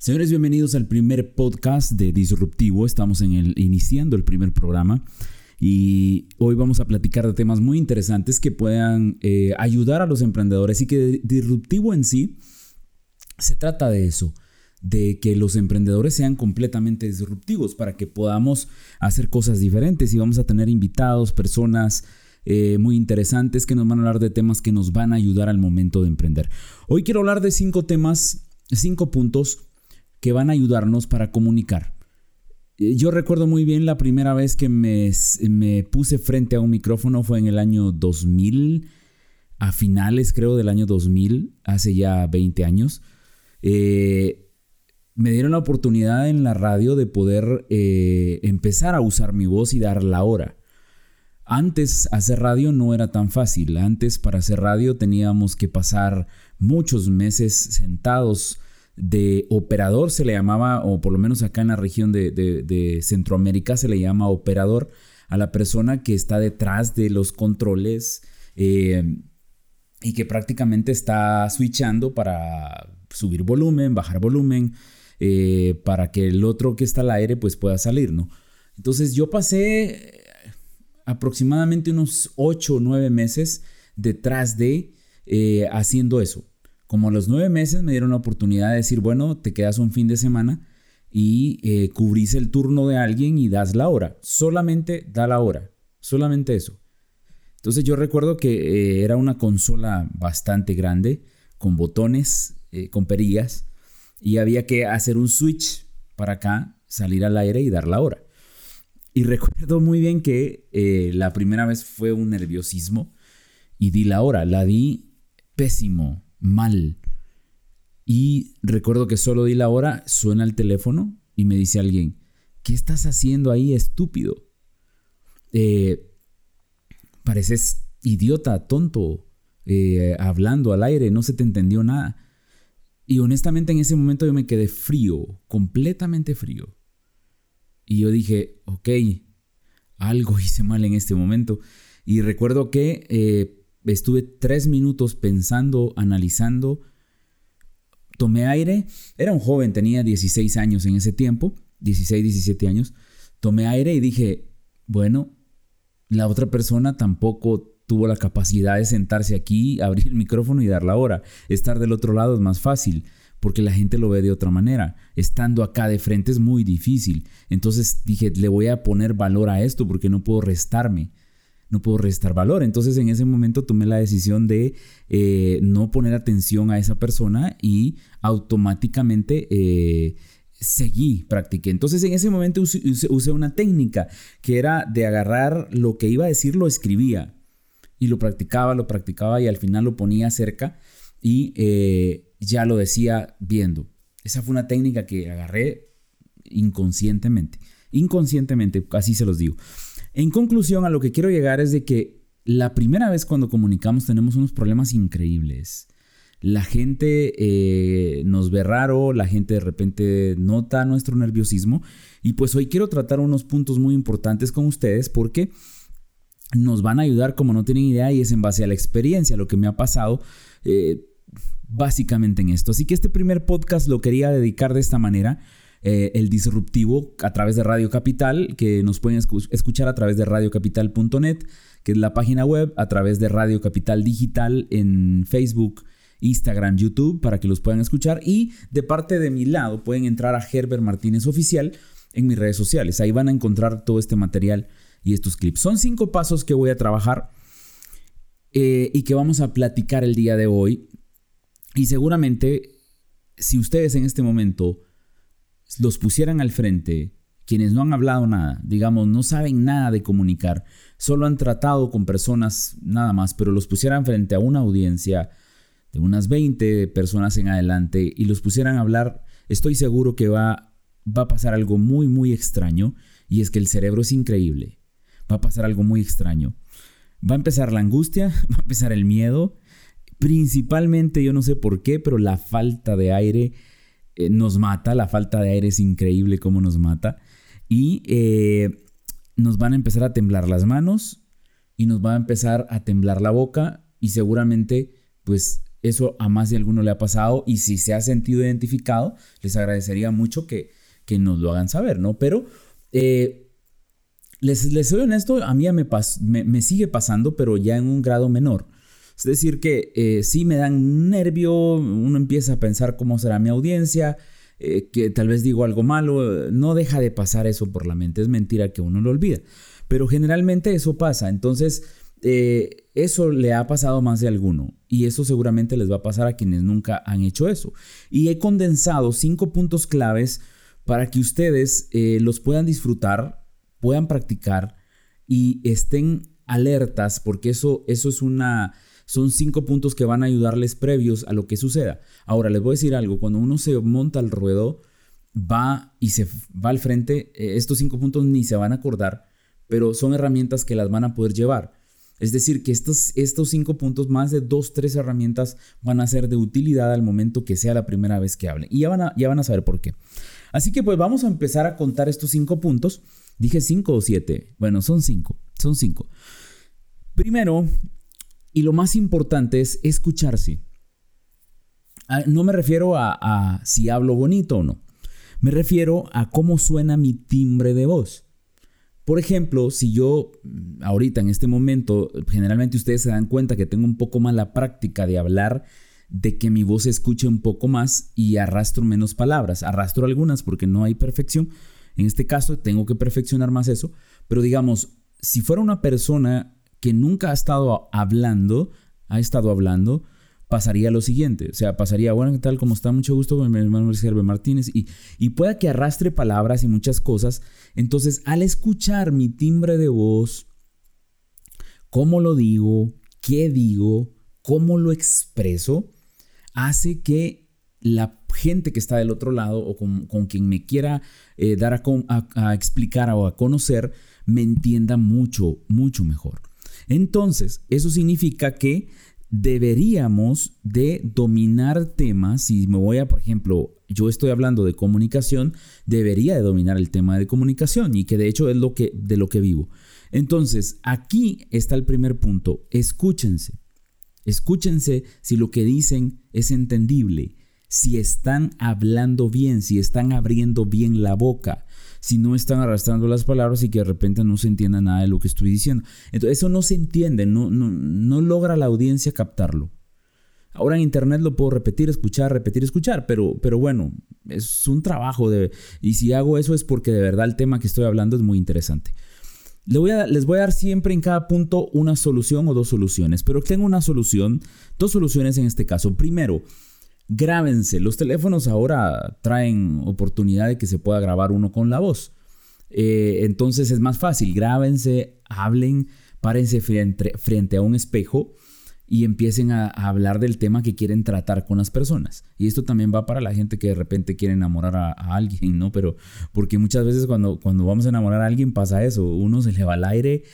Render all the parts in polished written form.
Señores, bienvenidos al primer podcast de Disruptivo. Estamos iniciando el primer programa y hoy vamos a platicar de temas muy interesantes que puedan ayudar a los emprendedores, y que Disruptivo en sí se trata de eso, de que los emprendedores sean completamente disruptivos para que podamos hacer cosas diferentes, y vamos a tener invitados, personas muy interesantes que nos van a hablar de temas que nos van a ayudar al momento de emprender. Hoy quiero hablar de 5 puntos que van a ayudarnos para comunicar. Yo recuerdo muy bien la primera vez que me puse frente a un micrófono fue en el año 2000, a finales creo del año 2000, hace ya 20 años. Me dieron la oportunidad en la radio de poder empezar a usar mi voz y dar la hora. Antes hacer radio no era tan fácil. Antes para hacer radio teníamos que pasar muchos meses sentados de operador, se le llamaba, o por lo menos acá en la región de Centroamérica se le llama operador a la persona que está detrás de los controles y que prácticamente está switchando para subir volumen, bajar volumen, para que el otro que está al aire pues pueda salir, ¿no? Entonces yo pasé aproximadamente unos 8 o 9 meses detrás de haciendo eso. Como a los 9 meses me dieron la oportunidad de decir, bueno, te quedas un fin de semana y cubrís el turno de alguien y das la hora. Solamente da la hora. Solamente eso. Entonces yo recuerdo que era una consola bastante grande, con botones, con perillas, y había que hacer un switch para acá, salir al aire y dar la hora. Y recuerdo muy bien que la primera vez fue un nerviosismo y di la hora. La di pésimo. Mal. Y recuerdo que solo di la hora, suena el teléfono y me dice alguien, ¿qué estás haciendo ahí, estúpido? Pareces idiota, tonto, hablando al aire, no se te entendió nada. Y honestamente en ese momento yo me quedé frío, completamente frío. Y yo dije, ok, algo hice mal en este momento. Y recuerdo que estuve 3 minutos pensando, analizando, tomé aire, era un joven, tenía 16 años en ese tiempo, 16, 17 años, tomé aire y dije, bueno, la otra persona tampoco tuvo la capacidad de sentarse aquí, abrir el micrófono y dar la hora. Estar del otro lado es más fácil, porque la gente lo ve de otra manera. Estando acá de frente es muy difícil. Entonces dije, le voy a poner valor a esto porque no puedo restar valor. Entonces en ese momento tomé la decisión de no poner atención a esa persona y automáticamente practiqué. Entonces en ese momento usé una técnica que era de agarrar lo que iba a decir, lo escribía y lo practicaba y al final lo ponía cerca y ya lo decía viendo. Esa fue una técnica que agarré inconscientemente, así se los digo. En conclusión, a lo que quiero llegar es de que la primera vez cuando comunicamos tenemos unos problemas increíbles. La gente nos ve raro, la gente de repente nota nuestro nerviosismo, y pues hoy quiero tratar unos puntos muy importantes con ustedes porque nos van a ayudar como no tienen idea, y es en base a la experiencia, lo que me ha pasado básicamente en esto. Así que este primer podcast lo quería dedicar de esta manera. El Disruptivo a través de Radio Capital, que nos pueden escuchar a través de radiocapital.net, que es la página web, a través de Radio Capital Digital en Facebook, Instagram, YouTube, para que los puedan escuchar. Y de parte de mi lado pueden entrar a Herbert Martínez Oficial en mis redes sociales. Ahí van a encontrar todo este material y estos clips. Son 5 pasos que voy a trabajar y que vamos a platicar el día de hoy. Y seguramente si ustedes en este momento los pusieran al frente, quienes no han hablado nada, digamos, no saben nada de comunicar, solo han tratado con personas nada más, pero los pusieran frente a una audiencia de unas 20 personas en adelante y los pusieran a hablar, estoy seguro que va a pasar algo muy, muy extraño, y es que el cerebro es increíble. Va a pasar algo muy extraño. Va a empezar la angustia, va a empezar el miedo, principalmente, yo no sé por qué, pero la falta de aire nos mata. La falta de aire es increíble cómo nos mata. Y nos van a empezar a temblar las manos y nos va a empezar a temblar la boca, y seguramente pues eso a más de alguno le ha pasado y si se ha sentido identificado, les agradecería mucho que nos lo hagan saber, ¿no? Pero les soy honesto, a mí me sigue pasando, pero ya en un grado menor. Es decir que sí me dan nervio, uno empieza a pensar cómo será mi audiencia, que tal vez digo algo malo, no deja de pasar eso por la mente, es mentira que uno lo olvida, pero generalmente eso pasa, entonces eso le ha pasado a más de alguno y eso seguramente les va a pasar a quienes nunca han hecho eso. Y he condensado 5 puntos claves para que ustedes los puedan disfrutar, puedan practicar y estén alertas, porque eso es son 5 puntos que van a ayudarles previos a lo que suceda. Ahora, les voy a decir algo. Cuando uno se monta al ruedo, va al frente, estos 5 puntos ni se van a acordar, pero son herramientas que las van a poder llevar. Es decir, que estos 5 puntos, más de 2-3 herramientas van a ser de utilidad al momento que sea la primera vez que hablen. Y ya van a saber por qué. Así que pues vamos a empezar a contar estos 5 puntos. Dije 5 o 7. Bueno, son 5. Son 5. Primero, y lo más importante es escucharse. No me refiero a si hablo bonito o no. Me refiero a cómo suena mi timbre de voz. Por ejemplo, si yo ahorita en este momento, generalmente ustedes se dan cuenta que tengo un poco más la práctica de hablar, de que mi voz se escuche un poco más y arrastro menos palabras. Arrastro algunas porque no hay perfección. En este caso tengo que perfeccionar más eso. Pero digamos, si fuera una persona que nunca ha estado hablando, pasaría lo siguiente. O sea, pasaría, bueno, ¿qué tal? ¿Cómo está? Mucho gusto, mi hermano Luis Gerber Martínez. Y pueda que arrastre palabras y muchas cosas. Entonces, al escuchar mi timbre de voz, cómo lo digo, qué digo, cómo lo expreso, hace que la gente que está del otro lado o con quien me quiera dar a explicar o a conocer, me entienda mucho, mucho mejor. Entonces, eso significa que deberíamos de dominar temas. Si me voy por ejemplo, yo estoy hablando de comunicación, debería de dominar el tema de comunicación y que de hecho es de lo que vivo. Entonces, aquí está el primer punto. Escúchense. Escúchense si lo que dicen es entendible, si están hablando bien, si están abriendo bien la boca, si no están arrastrando las palabras y que de repente no se entienda nada de lo que estoy diciendo. Entonces eso no se entiende, no logra la audiencia captarlo. Ahora en internet lo puedo repetir, escuchar, pero bueno, es un trabajo y si hago eso es porque de verdad el tema que estoy hablando es muy interesante. Les voy a dar siempre en cada punto una solución o 2 soluciones, pero tengo una solución, 2 soluciones en este caso. Primero, grábense. Los teléfonos ahora traen oportunidad de que se pueda grabar uno con la voz. Entonces es más fácil. Grábense, hablen, párense frente a un espejo y empiecen a hablar del tema que quieren tratar con las personas. Y esto también va para la gente que de repente quiere enamorar a alguien, ¿no? Pero porque muchas veces cuando vamos a enamorar a alguien pasa eso. Uno se le va al aire,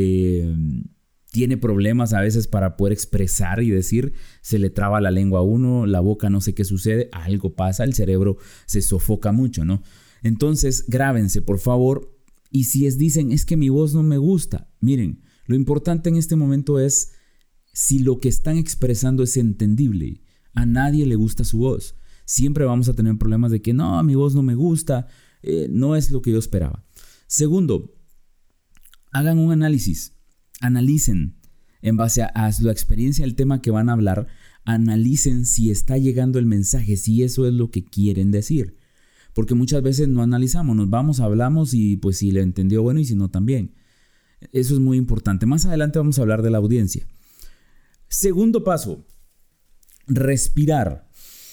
tiene problemas a veces para poder expresar y decir, se le traba la lengua a uno, la boca, no sé qué sucede, algo pasa, el cerebro se sofoca mucho, ¿no? Entonces, grábense, por favor. Y si dicen, es que mi voz no me gusta, miren, lo importante en este momento es si lo que están expresando es entendible. A nadie le gusta su voz. Siempre vamos a tener problemas de que no, mi voz no me gusta, no es lo que yo esperaba. Segundo, hagan un análisis. Analicen en base a la experiencia del tema que van a hablar, analicen si está llegando el mensaje, si eso es lo que quieren decir. Porque muchas veces no analizamos, hablamos y pues si le entendió bueno y si no también. Eso es muy importante. Más adelante vamos a hablar de la audiencia. Segundo paso, respirar.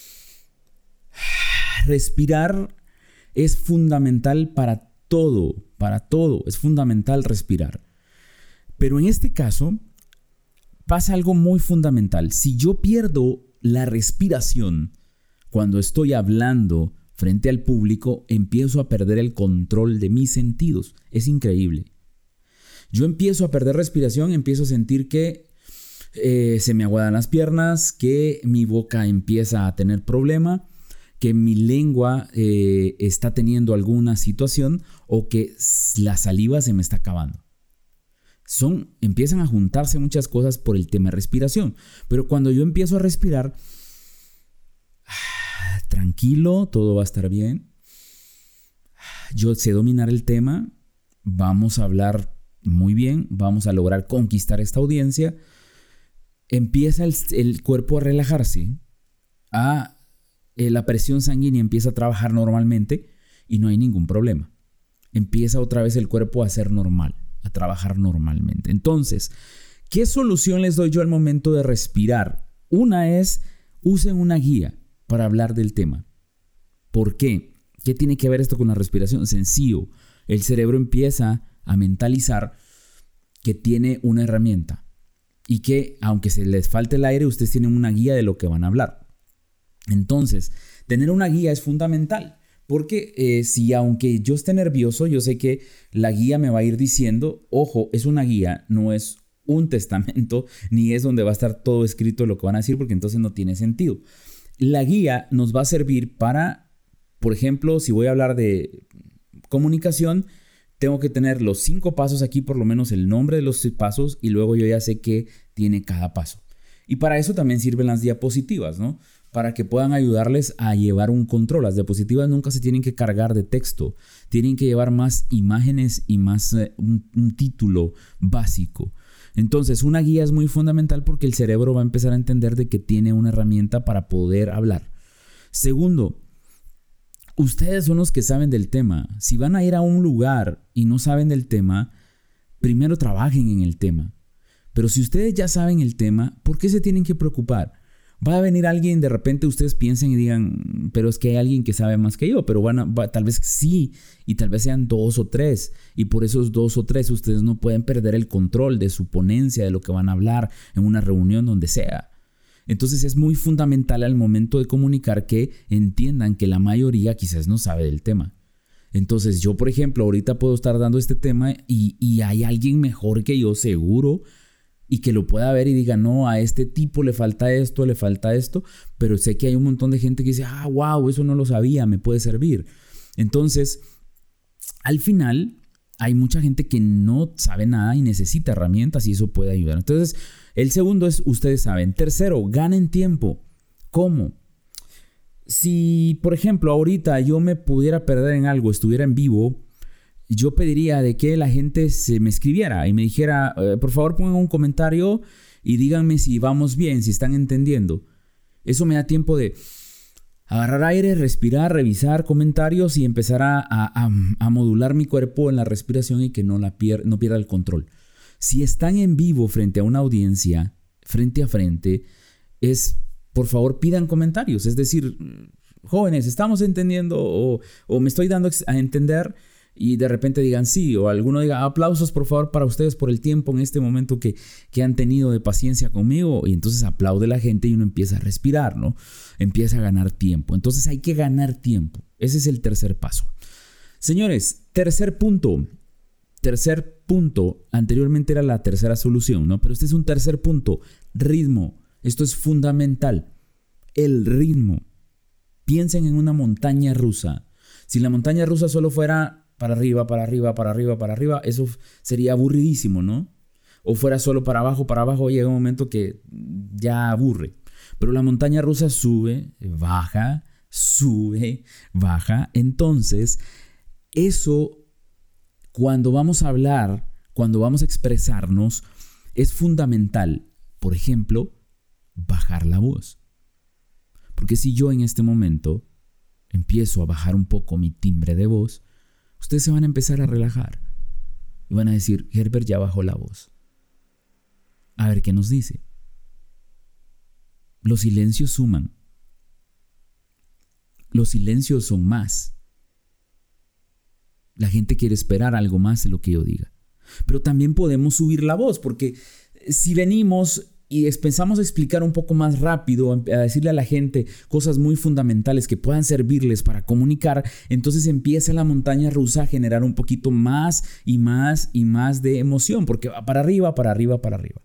Respirar es fundamental para todo, es fundamental respirar. Pero en este caso pasa algo muy fundamental. Si yo pierdo la respiración cuando estoy hablando frente al público, empiezo a perder el control de mis sentidos. Es increíble. Yo empiezo a perder respiración, empiezo a sentir que se me aguadan las piernas, que mi boca empieza a tener problema, que mi lengua está teniendo alguna situación o que la saliva se me está acabando. Empiezan a juntarse muchas cosas por el tema de respiración. Pero cuando yo empiezo a respirar, tranquilo, todo va a estar bien. Yo sé dominar el tema, vamos a hablar muy bien, vamos a lograr conquistar esta audiencia. Empieza el cuerpo a relajarse, la presión sanguínea empieza a trabajar normalmente y no hay ningún problema. Empieza otra vez el cuerpo a ser normal, a trabajar normalmente. Entonces, ¿qué solución les doy yo al momento de respirar? Una es, usen una guía para hablar del tema. ¿Por qué? ¿Qué tiene que ver esto con la respiración? Sencillo. El cerebro empieza a mentalizar que tiene una herramienta y que, aunque se les falte el aire, ustedes tienen una guía de lo que van a hablar. Entonces, tener una guía es fundamental. Porque si aunque yo esté nervioso, yo sé que la guía me va a ir diciendo, ojo, es una guía, no es un testamento, ni es donde va a estar todo escrito lo que van a decir, porque entonces no tiene sentido. La guía nos va a servir para, por ejemplo, si voy a hablar de comunicación, tengo que tener los 5 pasos aquí, por lo menos el nombre de los pasos, y luego yo ya sé qué tiene cada paso. Y para eso también sirven las diapositivas, ¿no? Para que puedan ayudarles a llevar un control. Las diapositivas nunca se tienen que cargar de texto, tienen que llevar más imágenes y más un título básico. Entonces, una guía es muy fundamental porque el cerebro va a empezar a entender de que tiene una herramienta para poder hablar. Segundo, ustedes son los que saben del tema. Si van a ir a un lugar y no saben del tema, primero trabajen en el tema. Pero si ustedes ya saben el tema, ¿por qué se tienen que preocupar? Va a venir alguien, de repente ustedes piensen y digan, pero es que hay alguien que sabe más que yo, pero tal vez sí, y tal vez sean 2 o 3, y por esos 2 o 3 ustedes no pueden perder el control de su ponencia, de lo que van a hablar en una reunión donde sea. Entonces es muy fundamental al momento de comunicar que entiendan que la mayoría quizás no sabe del tema. Entonces yo, por ejemplo, ahorita puedo estar dando este tema y hay alguien mejor que yo seguro, y que lo pueda ver y diga, no, a este tipo le falta esto, pero sé que hay un montón de gente que dice, wow, eso no lo sabía, me puede servir. Entonces, al final, hay mucha gente que no sabe nada y necesita herramientas y eso puede ayudar. Entonces, el segundo es, ustedes saben. Tercero, ganen tiempo. ¿Cómo? Si, por ejemplo, ahorita yo me pudiera perder en algo, estuviera en vivo, yo pediría de que la gente se me escribiera y me dijera, por favor pongan un comentario y díganme si vamos bien, si están entendiendo. Eso me da tiempo de agarrar aire, respirar, revisar comentarios y empezar a modular mi cuerpo en la respiración y que no pierda el control. Si están en vivo frente a una audiencia, frente a frente, por favor pidan comentarios. Es decir, jóvenes, ¿estamos entendiendo o me estoy dando a entender? Y de repente digan sí, o alguno diga aplausos por favor para ustedes por el tiempo en este momento que han tenido de paciencia conmigo, y entonces aplaude la gente y uno empieza a respirar, ¿no? Empieza a ganar tiempo. Entonces hay que ganar tiempo. Ese es el tercer paso. Señores, tercer punto, anteriormente era la tercera solución, ¿no? Pero este es un tercer punto, ritmo. Esto es fundamental, el ritmo. Piensen en una montaña rusa. Si la montaña rusa solo fuera para arriba, para arriba, para arriba, para arriba, eso sería aburridísimo, ¿no? O fuera solo para abajo, llega un momento que ya aburre. Pero la montaña rusa sube, baja. Entonces, eso, cuando vamos a hablar, cuando vamos a expresarnos, es fundamental. Por ejemplo, bajar la voz. Porque si yo en este momento empiezo a bajar un poco mi timbre de voz, ustedes se van a empezar a relajar y van a decir, Herbert ya bajó la voz. A ver qué nos dice. Los silencios suman. Los silencios son más. La gente quiere esperar algo más de lo que yo diga. Pero también podemos subir la voz, porque si venimos y pensamos a explicar un poco más rápido, a decirle a la gente cosas muy fundamentales que puedan servirles para comunicar, entonces empieza la montaña rusa a generar un poquito más y más y más de emoción, porque va para arriba, para arriba, para arriba.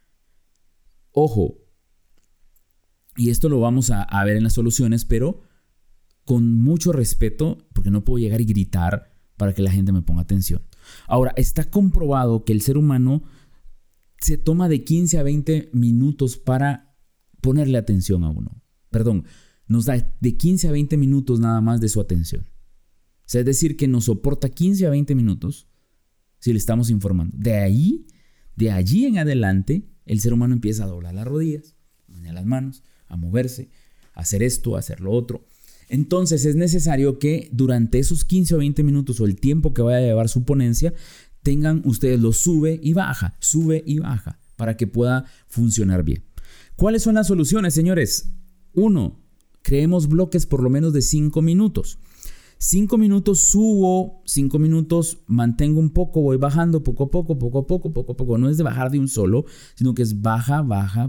Ojo, y esto lo vamos a ver en las soluciones, pero con mucho respeto, porque no puedo llegar y gritar para que la gente me ponga atención. Ahora, está comprobado que el ser humano se toma de 15 a 20 minutos para ponerle atención a uno. Perdón, nos da de 15 a 20 minutos nada más de su atención. O sea, es decir, que nos soporta 15 a 20 minutos si le estamos informando. De allí en adelante, el ser humano empieza a doblar las rodillas, a poner las manos, a moverse, a hacer esto, a hacer lo otro. Entonces es necesario que durante esos 15 o 20 minutos o el tiempo que vaya a llevar su ponencia, tengan ustedes los sube y baja, para que pueda funcionar bien. ¿Cuáles son las soluciones, señores? 1. Creemos bloques por lo menos de 5 minutos. 5 minutos subo, 5 minutos mantengo un poco, voy bajando poco a poco. No es de bajar de un solo, sino que es baja.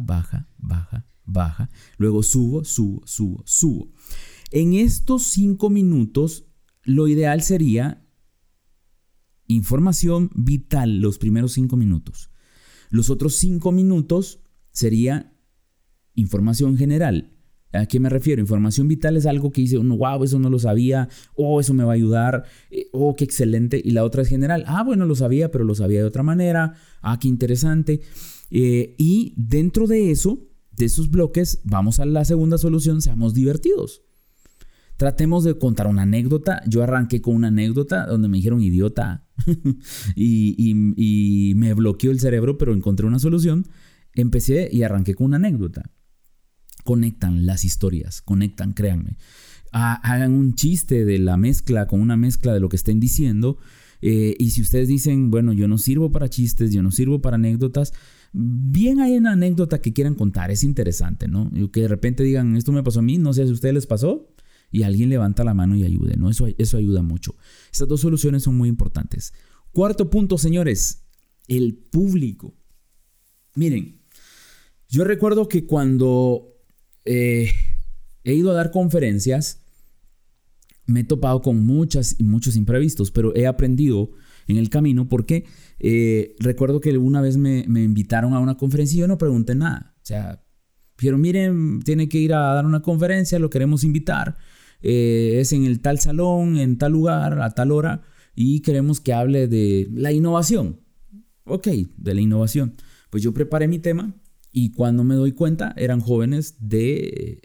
Luego subo. En estos 5 minutos, lo ideal sería información vital los primeros 5 minutos. Los otros 5 minutos sería información general. ¿A qué me refiero? Información vital es algo que dice uno, wow, eso no lo sabía, eso me va a ayudar, qué excelente. Y la otra es general, bueno, lo sabía, pero lo sabía de otra manera, qué interesante. Y dentro de eso, de esos bloques, vamos a la segunda solución, seamos divertidos. Tratemos de contar una anécdota. Yo arranqué con una anécdota donde me dijeron idiota y me bloqueó el cerebro, pero encontré una solución. Empecé y arranqué con una anécdota. Conectan las historias, créanme. Hagan un chiste de la mezcla con una mezcla de lo que estén diciendo. Y si ustedes dicen, bueno, yo no sirvo para chistes, yo no sirvo para anécdotas, bien hay una anécdota que quieran contar, es interesante, ¿no? Y que de repente digan, esto me pasó a mí, no sé si a ustedes les pasó, y alguien levanta la mano y ayude, ¿no? Eso ayuda mucho. Estas dos soluciones son muy importantes. Cuarto punto, señores, el público. Miren, yo recuerdo que cuando he ido a dar conferencias, me he topado con muchos imprevistos, pero he aprendido en el camino porque recuerdo que una vez me invitaron a una conferencia y yo no pregunté nada. O sea, dijeron, miren, tiene que ir a dar una conferencia, lo queremos invitar. Es en el tal salón, en tal lugar, a tal hora, y queremos que hable de la innovación. Ok, de la innovación. Pues yo preparé mi tema y cuando me doy cuenta eran jóvenes de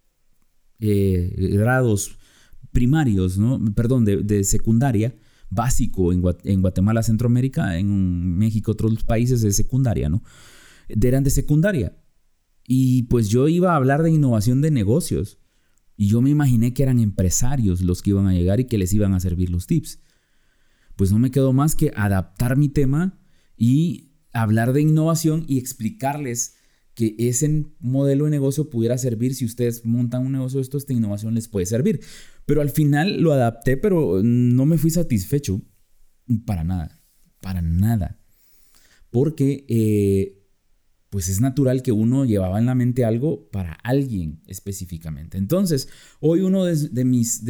grados primarios, ¿no? Perdón, de secundaria, básico en Guatemala, Centroamérica, en México, otros países de secundaria, ¿no? Eran de secundaria. Y pues yo iba a hablar de innovación de negocios. Y yo me imaginé que eran empresarios los que iban a llegar y que les iban a servir los tips. Pues no me quedó más que adaptar mi tema y hablar de innovación y explicarles que ese modelo de negocio pudiera servir. Si ustedes montan un negocio de esto, esta innovación les puede servir. Pero al final lo adapté, pero no me fui satisfecho. Para nada. Porque pues es natural que uno llevaba en la mente algo para alguien específicamente. Entonces, hoy uno de mis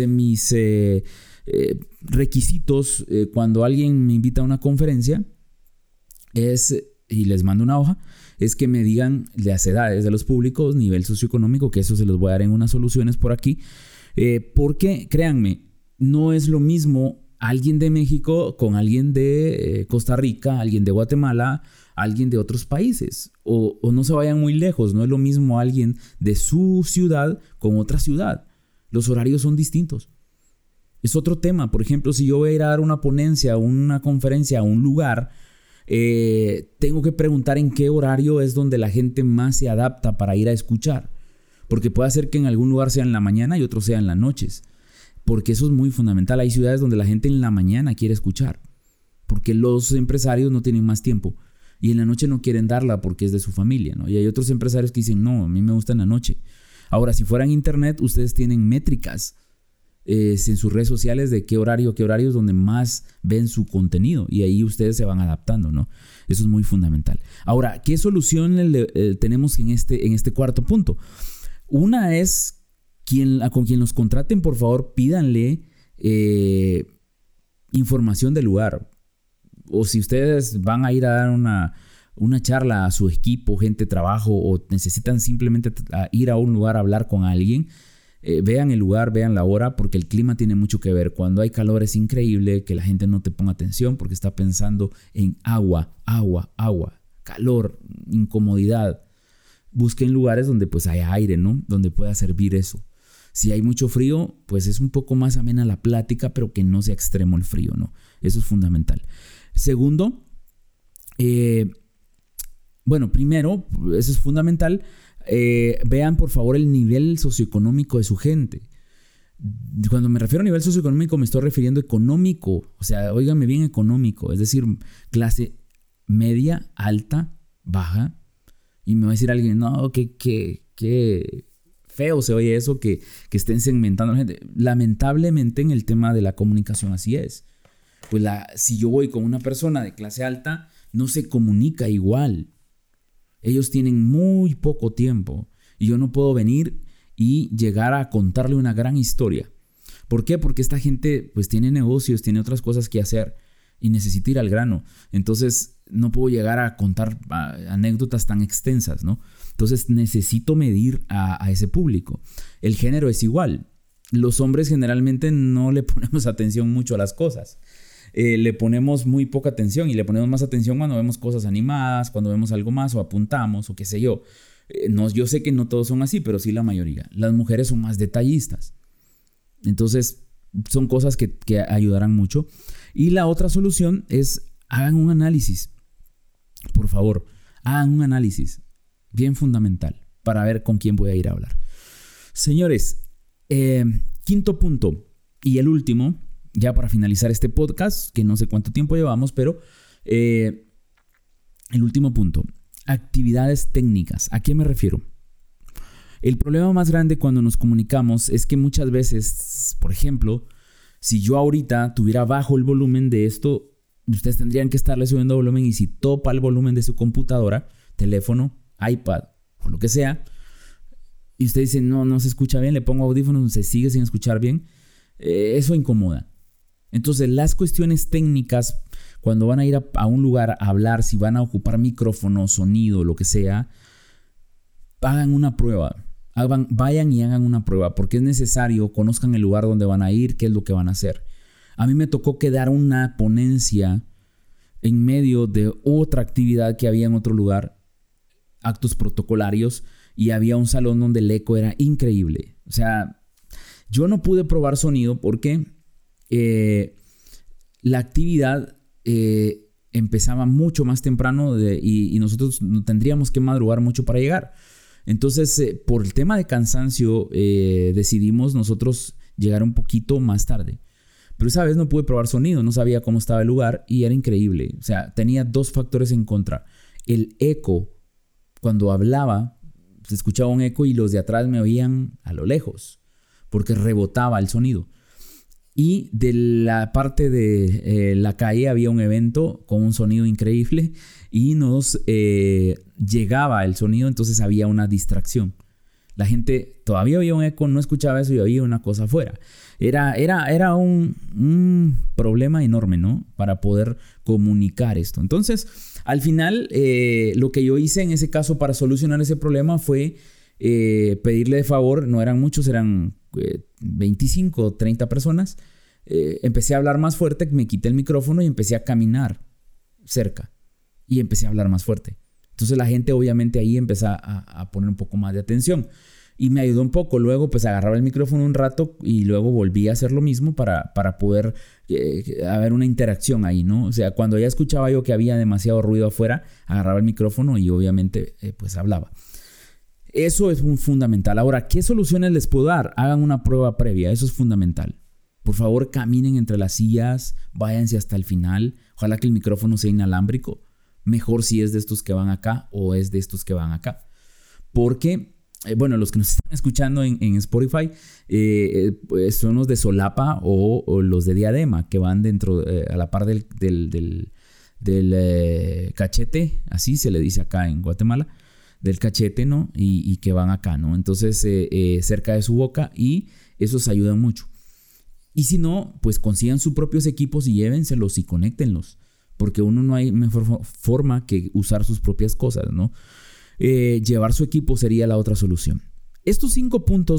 requisitos cuando alguien me invita a una conferencia y les mando una hoja, es que me digan las edades de los públicos, nivel socioeconómico, que eso se los voy a dar en unas soluciones por aquí. Porque, créanme, no es lo mismo alguien de México con alguien de Costa Rica, alguien de Guatemala, alguien de otros países, o no se vayan muy lejos, no es lo mismo alguien de su ciudad con otra ciudad. Los horarios son distintos. Es otro tema. Por ejemplo, si yo voy a ir a dar una ponencia, una conferencia a un lugar, tengo que preguntar en qué horario es donde la gente más se adapta para ir a escuchar. Porque puede ser que en algún lugar sea en la mañana y otro sea en las noches. Porque eso es muy fundamental. Hay ciudades donde la gente en la mañana quiere escuchar. Porque los empresarios no tienen más tiempo. Y en la noche no quieren darla porque es de su familia, ¿no? Y hay otros empresarios que dicen, no, a mí me gusta en la noche. Ahora, si fuera en internet, ustedes tienen métricas en sus redes sociales de qué horario es donde más ven su contenido. Y ahí ustedes se van adaptando, ¿no? Eso es muy fundamental. Ahora, ¿qué solución tenemos en este cuarto punto? Una es, con quien los contraten, por favor, pídanle información del lugar. O si ustedes van a ir a dar una charla a su equipo, gente de trabajo, o necesitan simplemente ir a un lugar a hablar con alguien, Vean el lugar, vean la hora, porque el clima tiene mucho que ver. Cuando hay calor es increíble que la gente no te ponga atención porque está pensando en agua, calor, incomodidad. Busquen lugares donde pues haya aire, ¿no? Donde pueda servir eso. Si hay mucho frío, pues es un poco más amena la plática, pero que no sea extremo el frío, ¿no? Eso es fundamental. Segundo, primero, eso es fundamental. Vean por favor el nivel socioeconómico de su gente. Cuando me refiero a nivel socioeconómico me estoy refiriendo económico, o sea, óigame bien, económico, es decir, clase media, alta, baja. Y me va a decir alguien, no, que feo se oye eso, que estén segmentando a la gente. Lamentablemente en el tema de la comunicación así es. Pues si yo voy con una persona de clase alta, no se comunica igual. Ellos tienen muy poco tiempo y yo no puedo venir y llegar a contarle una gran historia. ¿Por qué? Porque esta gente pues tiene negocios, tiene otras cosas que hacer y necesita ir al grano. Entonces no puedo llegar a contar anécdotas tan extensas, ¿no? Entonces necesito medir a ese público. El género es igual. Los hombres generalmente no le ponemos atención mucho a las cosas. Le ponemos muy poca atención y le ponemos más atención cuando vemos cosas animadas, cuando vemos algo más o apuntamos o qué sé yo. Yo sé que no todos son así, pero sí la mayoría. Las mujeres son más detallistas. Entonces son cosas que ayudarán mucho. Y la otra solución es hagan un análisis. Por favor, hagan un análisis bien fundamental para ver con quién voy a ir a hablar. Señores, quinto punto y el último, ya para finalizar este podcast, que no sé cuánto tiempo llevamos, pero el último punto, actividades técnicas. ¿A qué me refiero? El problema más grande cuando nos comunicamos es que muchas veces, por ejemplo, si yo ahorita tuviera bajo el volumen de esto, ustedes tendrían que estarle subiendo volumen, y si topa el volumen de su computadora, teléfono, iPad o lo que sea, y usted dice no se escucha bien, le pongo audífonos, se sigue sin escuchar bien, eso incomoda. Entonces las cuestiones técnicas, cuando van a ir a un lugar a hablar, si van a ocupar micrófono, sonido, lo que sea, hagan una prueba. Vayan y hagan una prueba, porque es necesario, conozcan el lugar donde van a ir, qué es lo que van a hacer. A mí me tocó quedar una ponencia en medio de otra actividad que había en otro lugar, actos protocolarios, y había un salón donde el eco era increíble. O sea, yo no pude probar sonido porque la actividad empezaba mucho más temprano y nosotros tendríamos que madrugar mucho para llegar. Entonces, por el tema de cansancio, decidimos nosotros llegar un poquito más tarde. Pero esa vez no pude probar sonido, no sabía cómo estaba el lugar y era increíble. O sea, tenía dos factores en contra. El eco, cuando hablaba, se escuchaba un eco y los de atrás me oían a lo lejos, porque rebotaba el sonido. Y de la parte de la calle había un evento con un sonido increíble y nos llegaba el sonido, entonces había una distracción. La gente todavía oía un eco, no escuchaba eso y oía una cosa afuera. Era un problema enorme, ¿no? Para poder comunicar esto. Entonces, al final, lo que yo hice en ese caso para solucionar ese problema fue pedirle de favor, no eran muchos, eran 25 o 30 personas. Empecé a hablar más fuerte, me quité el micrófono y empecé a caminar cerca y empecé a hablar más fuerte. Entonces la gente obviamente ahí empezó a poner un poco más de atención y me ayudó un poco. Luego pues agarraba el micrófono un rato y luego volví a hacer lo mismo para poder haber una interacción ahí, ¿no? O sea, cuando ya escuchaba yo que había demasiado ruido afuera, agarraba el micrófono y obviamente pues hablaba. Eso es fundamental. Ahora, ¿qué soluciones les puedo dar? Hagan una prueba previa, eso es fundamental. Por favor, caminen entre las sillas, váyanse hasta el final. Ojalá que el micrófono sea inalámbrico. Mejor si es de estos que van acá o es de estos que van acá. Porque, los que nos están escuchando en Spotify pues son los de solapa o los de diadema que van dentro, a la par del cachete, así se le dice acá en Guatemala, del cachete, ¿no? Y que van acá, ¿no? Entonces, cerca de su boca, y esos ayudan mucho. Y si no, pues consigan sus propios equipos y llévenselos y conéctenlos. Porque uno no hay mejor forma que usar sus propias cosas, ¿no? Llevar su equipo sería la otra solución. Estos 5 puntos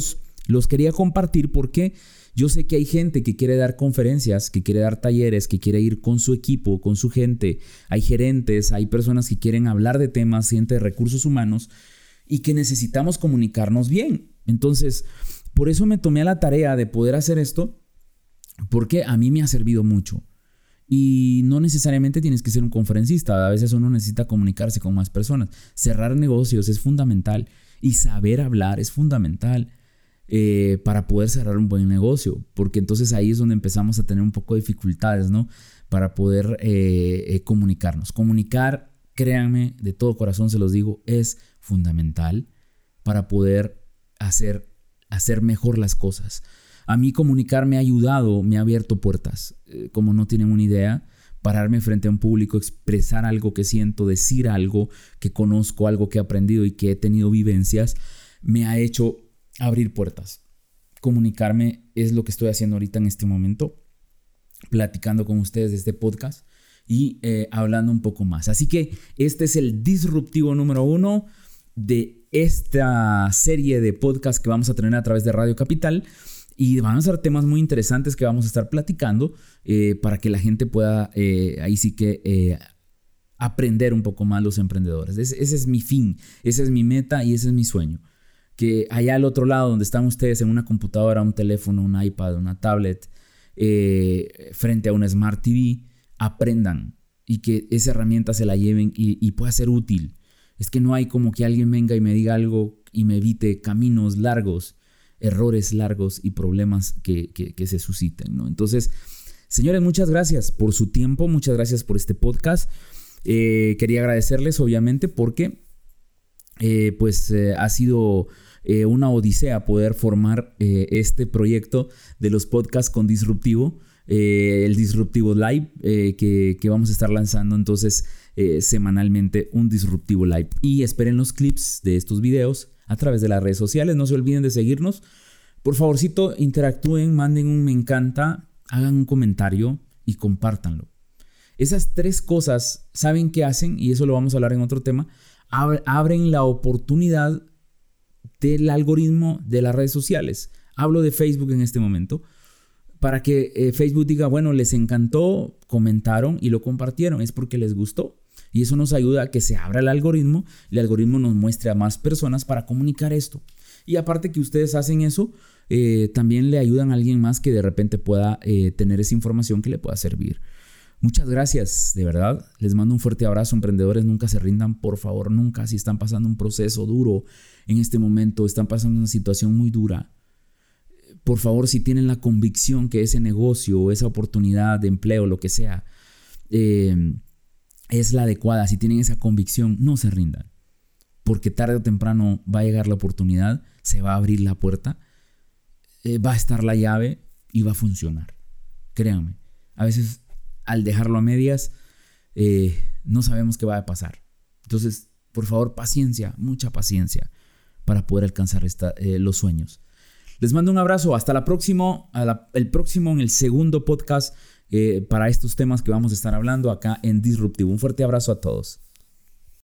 los quería compartir porque yo sé que hay gente que quiere dar conferencias, que quiere dar talleres, que quiere ir con su equipo, con su gente. Hay gerentes, hay personas que quieren hablar de temas, gente de recursos humanos y que necesitamos comunicarnos bien. Entonces, por eso me tomé a la tarea de poder hacer esto, porque a mí me ha servido mucho. Y no necesariamente tienes que ser un conferencista, a veces uno necesita comunicarse con más personas. Cerrar negocios es fundamental y saber hablar es fundamental para poder cerrar un buen negocio, porque entonces ahí es donde empezamos a tener un poco de dificultades, ¿no? Para poder comunicarnos. Comunicar, créanme, de todo corazón se los digo, es fundamental para poder hacer mejor las cosas. A mí comunicar me ha ayudado, me ha abierto puertas, como no tienen una idea. Pararme frente a un público, expresar algo que siento, decir algo que conozco, algo que he aprendido y que he tenido vivencias, me ha hecho abrir puertas. Comunicarme es lo que estoy haciendo ahorita en este momento, platicando con ustedes de este podcast y hablando un poco más. Así que este es el disruptivo número 1 de esta serie de podcast que vamos a tener a través de Radio Capital. Y van a ser temas muy interesantes que vamos a estar platicando para que la gente pueda ahí sí que aprender un poco más los emprendedores. Ese es mi fin, esa es mi meta y ese es mi sueño. Que allá al otro lado donde están ustedes en una computadora, un teléfono, un iPad, una tablet, frente a una Smart TV, aprendan y que esa herramienta se la lleven y pueda ser útil. Es que no hay como que alguien venga y me diga algo y me evite caminos largos, errores largos y problemas que se susciten, ¿no? Entonces, señores, muchas gracias por su tiempo, muchas gracias por este podcast. Quería agradecerles, obviamente, porque ha sido una odisea poder formar este proyecto de los podcasts con Disruptivo, el Disruptivo Live, que vamos a estar lanzando entonces semanalmente un Disruptivo Live. Y esperen los clips de estos videos a través de las redes sociales. No se olviden de seguirnos. Por favorcito, interactúen, manden un me encanta, hagan un comentario y compártanlo. Esas 3 cosas, ¿saben qué hacen? Y eso lo vamos a hablar en otro tema. Abren la oportunidad del algoritmo de las redes sociales. Hablo de Facebook en este momento. Para que Facebook diga, bueno, les encantó, comentaron y lo compartieron. Es porque les gustó. Y eso nos ayuda a que se abra el algoritmo. El algoritmo nos muestre a más personas para comunicar esto. Y aparte que ustedes hacen eso, también le ayudan a alguien más que de repente pueda tener esa información que le pueda servir. Muchas gracias, de verdad. Les mando un fuerte abrazo. Emprendedores, nunca se rindan, por favor, nunca. Si están pasando un proceso duro en este momento, están pasando una situación muy dura, por favor, si tienen la convicción que ese negocio o esa oportunidad de empleo, lo que sea, es la adecuada, si tienen esa convicción, no se rindan. Porque tarde o temprano va a llegar la oportunidad, se va a abrir la puerta, va a estar la llave y va a funcionar. Créanme, a veces al dejarlo a medias no sabemos qué va a pasar. Entonces, por favor, paciencia, mucha paciencia para poder alcanzar los sueños. Les mando un abrazo, hasta el próximo en el segundo podcast para estos temas que vamos a estar hablando acá en Disruptivo. Un fuerte abrazo a todos.